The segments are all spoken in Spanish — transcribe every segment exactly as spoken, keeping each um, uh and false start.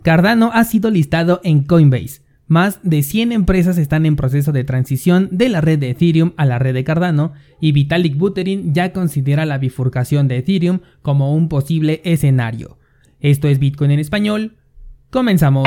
Cardano ha sido listado en Coinbase. Más de cien empresas están en proceso de transición de la red de Ethereum a la red de Cardano y Vitalik Buterin ya considera la bifurcación de Ethereum como un posible escenario. Esto es Bitcoin en español. Comenzamos.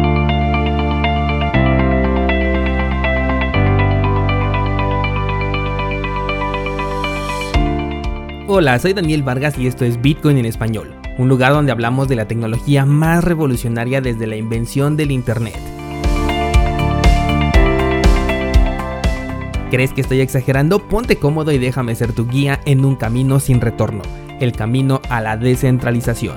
Hola, soy Daniel Vargas y esto es Bitcoin en español, un lugar donde hablamos de la tecnología más revolucionaria desde la invención del Internet. ¿Crees que estoy exagerando? Ponte cómodo y déjame ser tu guía en un camino sin retorno, el camino a la descentralización.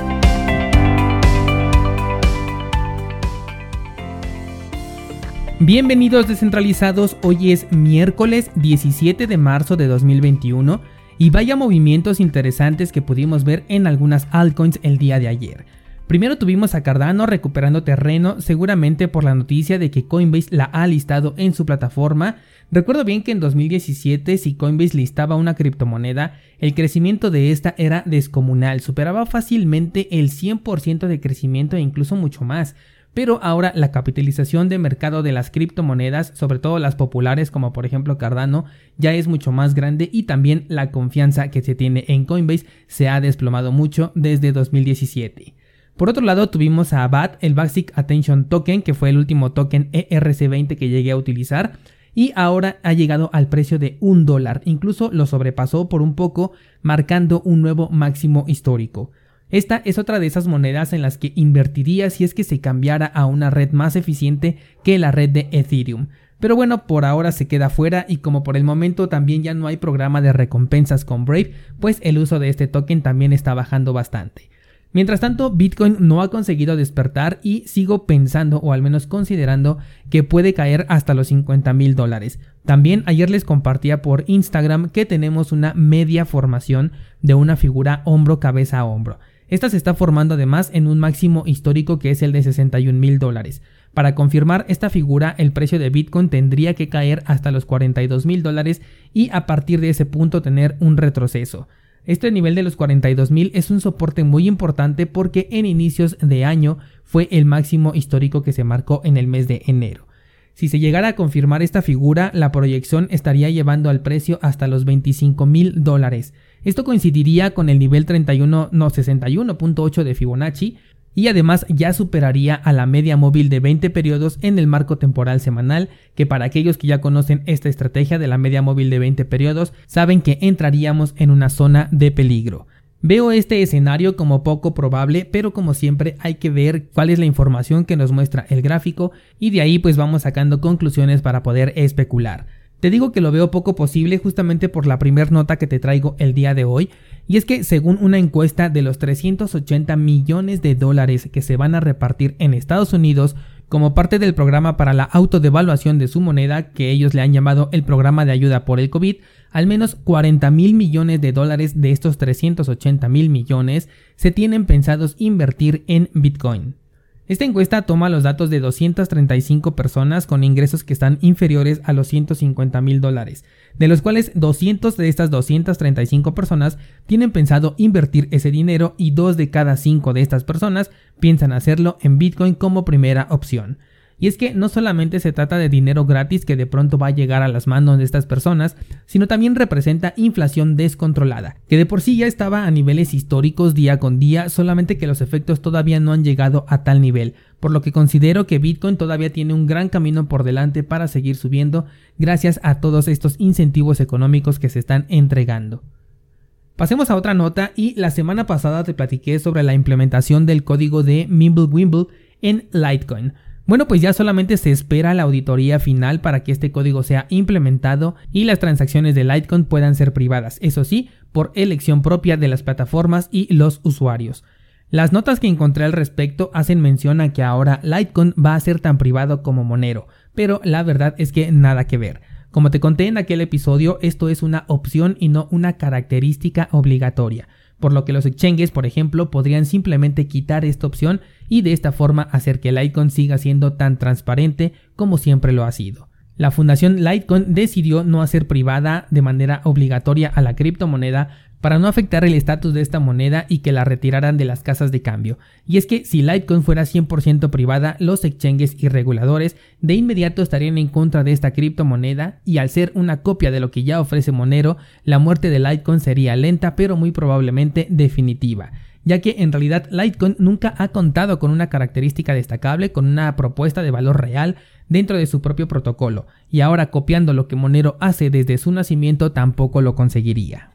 Bienvenidos descentralizados, hoy es miércoles diecisiete de marzo de dos mil veintiuno y vaya movimientos interesantes que pudimos ver en algunas altcoins el día de ayer. Primero tuvimos a Cardano recuperando terreno, seguramente por la noticia de que Coinbase la ha listado en su plataforma. Recuerdo bien que en dos mil diecisiete, si Coinbase listaba una criptomoneda, el crecimiento de esta era descomunal, superaba fácilmente el cien por ciento de crecimiento e incluso mucho más. Pero ahora la capitalización de mercado de las criptomonedas, sobre todo las populares como por ejemplo Cardano, ya es mucho más grande y también la confianza que se tiene en Coinbase se ha desplomado mucho desde dos mil diecisiete. Por otro lado tuvimos a B A T, el Basic Attention Token, que fue el último token E R C veinte que llegué a utilizar y ahora ha llegado al precio de un dólar, incluso lo sobrepasó por un poco, marcando un nuevo máximo histórico. Esta es otra de esas monedas en las que invertiría si es que se cambiara a una red más eficiente que la red de Ethereum. Pero bueno, por ahora se queda fuera y como por el momento también ya no hay programa de recompensas con Brave, pues el uso de este token también está bajando bastante. Mientras tanto, Bitcoin no ha conseguido despertar y sigo pensando o al menos considerando que puede caer hasta los cincuenta mil dólares. También ayer les compartía por Instagram que tenemos una media formación de una figura hombro cabeza a hombro. Esta se está formando además en un máximo histórico que es el de sesenta y un mil dólares. Para confirmar esta figura, el precio de Bitcoin tendría que caer hasta los cuarenta y dos mil dólares y a partir de ese punto tener un retroceso. Este nivel de los cuarenta y dos mil es un soporte muy importante porque en inicios de año fue el máximo histórico que se marcó en el mes de enero. Si se llegara a confirmar esta figura, la proyección estaría llevando al precio hasta los veinticinco mil dólares. Esto coincidiría con el nivel treinta y uno, no, sesenta y uno punto ocho de Fibonacci y además ya superaría a la media móvil de veinte periodos en el marco temporal semanal, que para aquellos que ya conocen esta estrategia de la media móvil de veinte periodos, saben que entraríamos en una zona de peligro. Veo este escenario como poco probable, pero como siempre hay que ver cuál es la información que nos muestra el gráfico y de ahí pues vamos sacando conclusiones para poder especular. Te digo que lo veo poco posible justamente por la primer nota que te traigo el día de hoy, y es que según una encuesta de los trescientos ochenta millones de dólares que se van a repartir en Estados Unidos como parte del programa para la autodevaluación de su moneda, que ellos le han llamado el programa de ayuda por el COVID, al menos cuarenta mil millones de dólares de estos trescientos ochenta mil millones se tienen pensados invertir en Bitcoin. Esta encuesta toma los datos de doscientas treinta y cinco personas con ingresos que están inferiores a los ciento cincuenta mil dólares, de los cuales doscientos de estas doscientas treinta y cinco personas tienen pensado invertir ese dinero y dos de cada cinco de estas personas piensan hacerlo en Bitcoin como primera opción. Y es que no solamente se trata de dinero gratis que de pronto va a llegar a las manos de estas personas, sino también representa inflación descontrolada, que de por sí ya estaba a niveles históricos día con día, solamente que los efectos todavía no han llegado a tal nivel, por lo que considero que Bitcoin todavía tiene un gran camino por delante para seguir subiendo gracias a todos estos incentivos económicos que se están entregando. Pasemos a otra nota y la semana pasada te platiqué sobre la implementación del código de Mimblewimble en Litecoin. Bueno, pues ya solamente se espera la auditoría final para que este código sea implementado y las transacciones de Litecoin puedan ser privadas, eso sí, por elección propia de las plataformas y los usuarios. Las notas que encontré al respecto hacen mención a que ahora Litecoin va a ser tan privado como Monero, pero la verdad es que nada que ver. Como te conté en aquel episodio, esto es una opción y no una característica obligatoria, por lo que los exchanges, por ejemplo, podrían simplemente quitar esta opción y de esta forma hacer que Litecoin siga siendo tan transparente como siempre lo ha sido. La fundación Litecoin decidió no hacer privada de manera obligatoria a la criptomoneda para no afectar el estatus de esta moneda y que la retiraran de las casas de cambio. Y es que si Litecoin fuera cien por ciento privada, los exchanges y reguladores de inmediato estarían en contra de esta criptomoneda, y al ser una copia de lo que ya ofrece Monero, la muerte de Litecoin sería lenta pero muy probablemente definitiva, ya que en realidad Litecoin nunca ha contado con una característica destacable, con una propuesta de valor real dentro de su propio protocolo, y ahora copiando lo que Monero hace desde su nacimiento tampoco lo conseguiría.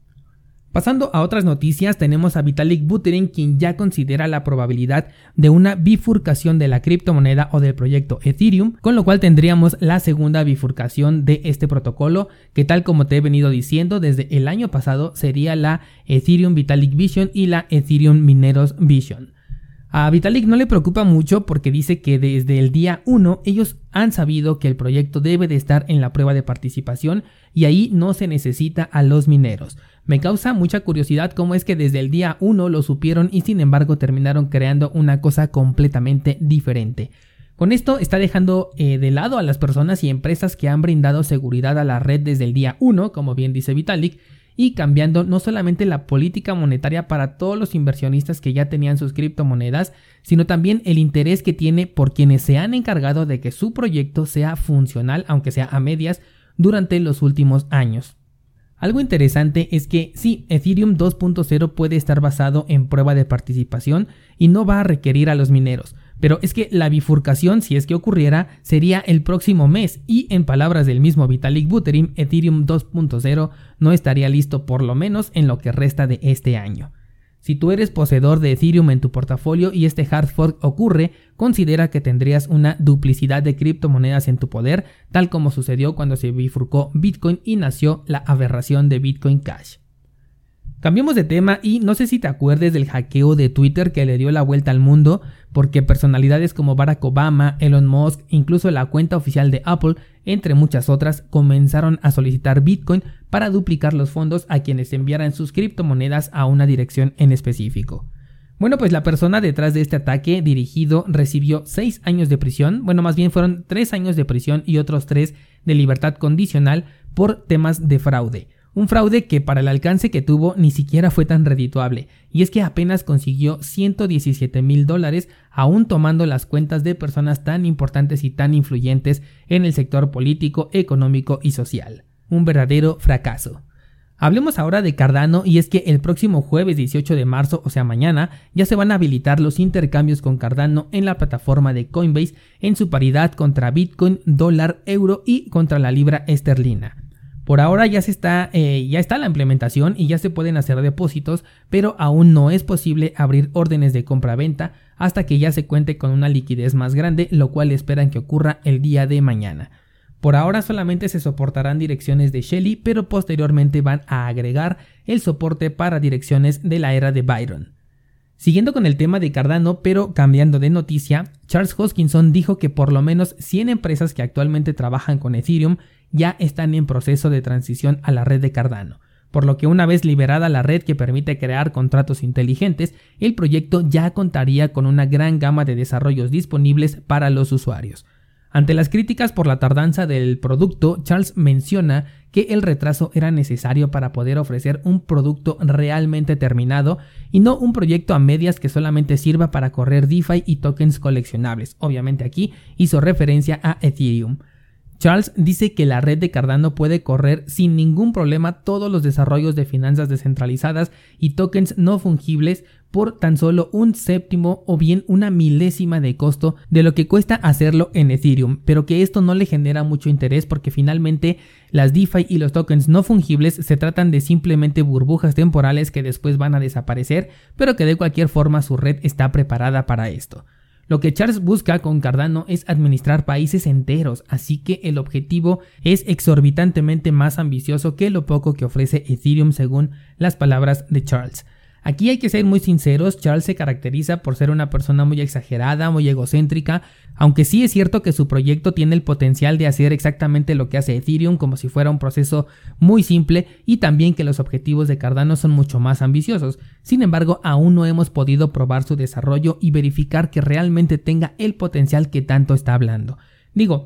Pasando a otras noticias, tenemos a Vitalik Buterin, quien ya considera la probabilidad de una bifurcación de la criptomoneda o del proyecto Ethereum, con lo cual tendríamos la segunda bifurcación de este protocolo, que tal como te he venido diciendo desde el año pasado sería la Ethereum Vitalik Vision y la Ethereum Mineros Vision. A Vitalik no le preocupa mucho porque dice que desde el día uno ellos han sabido que el proyecto debe de estar en la prueba de participación y ahí no se necesita a los mineros. Me causa mucha curiosidad cómo es que desde el día uno lo supieron y sin embargo terminaron creando una cosa completamente diferente. Con esto está dejando eh, de lado a las personas y empresas que han brindado seguridad a la red desde el día uno, como bien dice Vitalik, y cambiando no solamente la política monetaria para todos los inversionistas que ya tenían sus criptomonedas, sino también el interés que tiene por quienes se han encargado de que su proyecto sea funcional, aunque sea a medias, durante los últimos años. Algo interesante es que sí, Ethereum dos punto cero puede estar basado en prueba de participación y no va a requerir a los mineros, pero es que la bifurcación, si es que ocurriera, sería el próximo mes y en palabras del mismo Vitalik Buterin, Ethereum dos punto cero no estaría listo por lo menos en lo que resta de este año. Si tú eres poseedor de Ethereum en tu portafolio y este hard fork ocurre, considera que tendrías una duplicidad de criptomonedas en tu poder, tal como sucedió cuando se bifurcó Bitcoin y nació la aberración de Bitcoin Cash. Cambiemos de tema y no sé si te acuerdes del hackeo de Twitter que le dio la vuelta al mundo, porque personalidades como Barack Obama, Elon Musk, incluso la cuenta oficial de Apple, entre muchas otras, comenzaron a solicitar Bitcoin para duplicar los fondos a quienes enviaran sus criptomonedas a una dirección en específico. Bueno, pues la persona detrás de este ataque dirigido recibió seis años de prisión, bueno, más bien fueron tres años de prisión y otros tres de libertad condicional por temas de fraude. Un fraude que para el alcance que tuvo ni siquiera fue tan redituable, y es que apenas consiguió ciento diecisiete mil dólares aún tomando las cuentas de personas tan importantes y tan influyentes en el sector político, económico y social. Un verdadero fracaso. Hablemos ahora de Cardano, y es que el próximo jueves dieciocho de marzo, o sea mañana, ya se van a habilitar los intercambios con Cardano en la plataforma de Coinbase en su paridad contra Bitcoin, dólar, euro y contra la libra esterlina. Por ahora ya se está, eh, ya está la implementación y ya se pueden hacer depósitos, pero aún no es posible abrir órdenes de compra-venta hasta que ya se cuente con una liquidez más grande, lo cual esperan que ocurra el día de mañana. Por ahora solamente se soportarán direcciones de Shelly, pero posteriormente van a agregar el soporte para direcciones de la era de Byron. Siguiendo con el tema de Cardano, pero cambiando de noticia, Charles Hoskinson dijo que por lo menos cien empresas que actualmente trabajan con Ethereum ya están en proceso de transición a la red de Cardano, por lo que una vez liberada la red que permite crear contratos inteligentes, el proyecto ya contaría con una gran gama de desarrollos disponibles para los usuarios. Ante las críticas por la tardanza del producto, Charles menciona que el retraso era necesario para poder ofrecer un producto realmente terminado y no un proyecto a medias que solamente sirva para correr DeFi y tokens coleccionables. Obviamente aquí hizo referencia a Ethereum. Charles dice que la red de Cardano puede correr sin ningún problema todos los desarrollos de finanzas descentralizadas y tokens no fungibles por tan solo un séptimo o bien una milésima de costo de lo que cuesta hacerlo en Ethereum, pero que esto no le genera mucho interés porque finalmente las DeFi y los tokens no fungibles se tratan de simplemente burbujas temporales que después van a desaparecer, pero que de cualquier forma su red está preparada para esto. Lo que Charles busca con Cardano es administrar países enteros, así que el objetivo es exorbitantemente más ambicioso que lo poco que ofrece Ethereum según las palabras de Charles. Aquí hay que ser muy sinceros, Charles se caracteriza por ser una persona muy exagerada, muy egocéntrica, aunque sí es cierto que su proyecto tiene el potencial de hacer exactamente lo que hace Ethereum como si fuera un proceso muy simple y también que los objetivos de Cardano son mucho más ambiciosos. Sin embargo, aún no hemos podido probar su desarrollo y verificar que realmente tenga el potencial que tanto está hablando. Digo,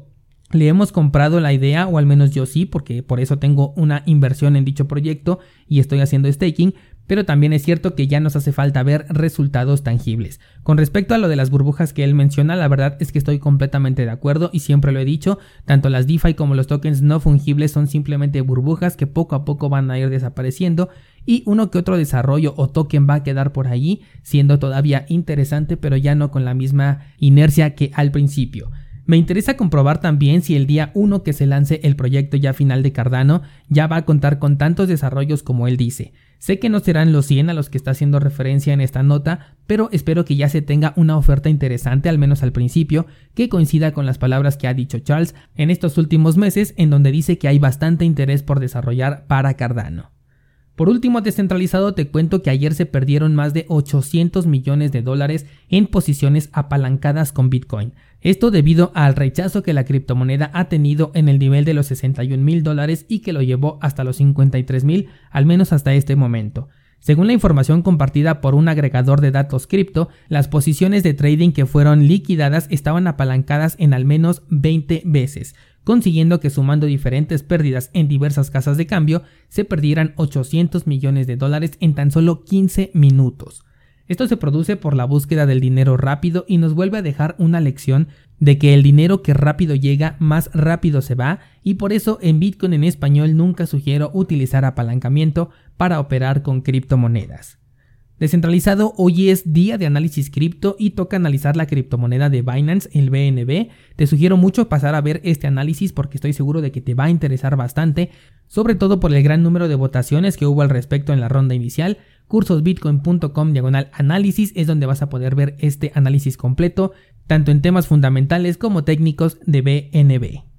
Le hemos comprado la idea, o al menos yo sí, porque por eso tengo una inversión en dicho proyecto y estoy haciendo staking, pero también es cierto que ya nos hace falta ver resultados tangibles. Con respecto a lo de las burbujas que él menciona, la verdad es que estoy completamente de acuerdo y siempre lo he dicho, tanto las DeFi como los tokens no fungibles son simplemente burbujas que poco a poco van a ir desapareciendo y uno que otro desarrollo o token va a quedar por allí siendo todavía interesante, pero ya no con la misma inercia que al principio. Me interesa comprobar también si el día uno que se lance el proyecto ya final de Cardano ya va a contar con tantos desarrollos como él dice. Sé que no serán los cien a los que está haciendo referencia en esta nota, pero espero que ya se tenga una oferta interesante, al menos al principio, que coincida con las palabras que ha dicho Charles en estos últimos meses, en donde dice que hay bastante interés por desarrollar para Cardano. Por último, descentralizado, te cuento que ayer se perdieron más de ochocientos millones de dólares en posiciones apalancadas con Bitcoin. Esto debido al rechazo que la criptomoneda ha tenido en el nivel de los sesenta y un mil dólares y que lo llevó hasta los cincuenta y tres mil, al menos hasta este momento. Según la información compartida por un agregador de datos cripto, las posiciones de trading que fueron liquidadas estaban apalancadas en al menos veinte veces, consiguiendo que sumando diferentes pérdidas en diversas casas de cambio, se perdieran ochocientos millones de dólares en tan solo quince minutos. Esto se produce por la búsqueda del dinero rápido y nos vuelve a dejar una lección de que el dinero que rápido llega, más rápido se va, y por eso en Bitcoin en español nunca sugiero utilizar apalancamiento para operar con criptomonedas. Descentralizado, hoy es día de análisis cripto y toca analizar la criptomoneda de Binance, el B N B. Te sugiero mucho pasar a ver este análisis porque estoy seguro de que te va a interesar bastante, sobre todo por el gran número de votaciones que hubo al respecto en la ronda inicial. cursosbitcoin punto com diagonal análisis es donde vas a poder ver este análisis completo, tanto en temas fundamentales como técnicos de B N B.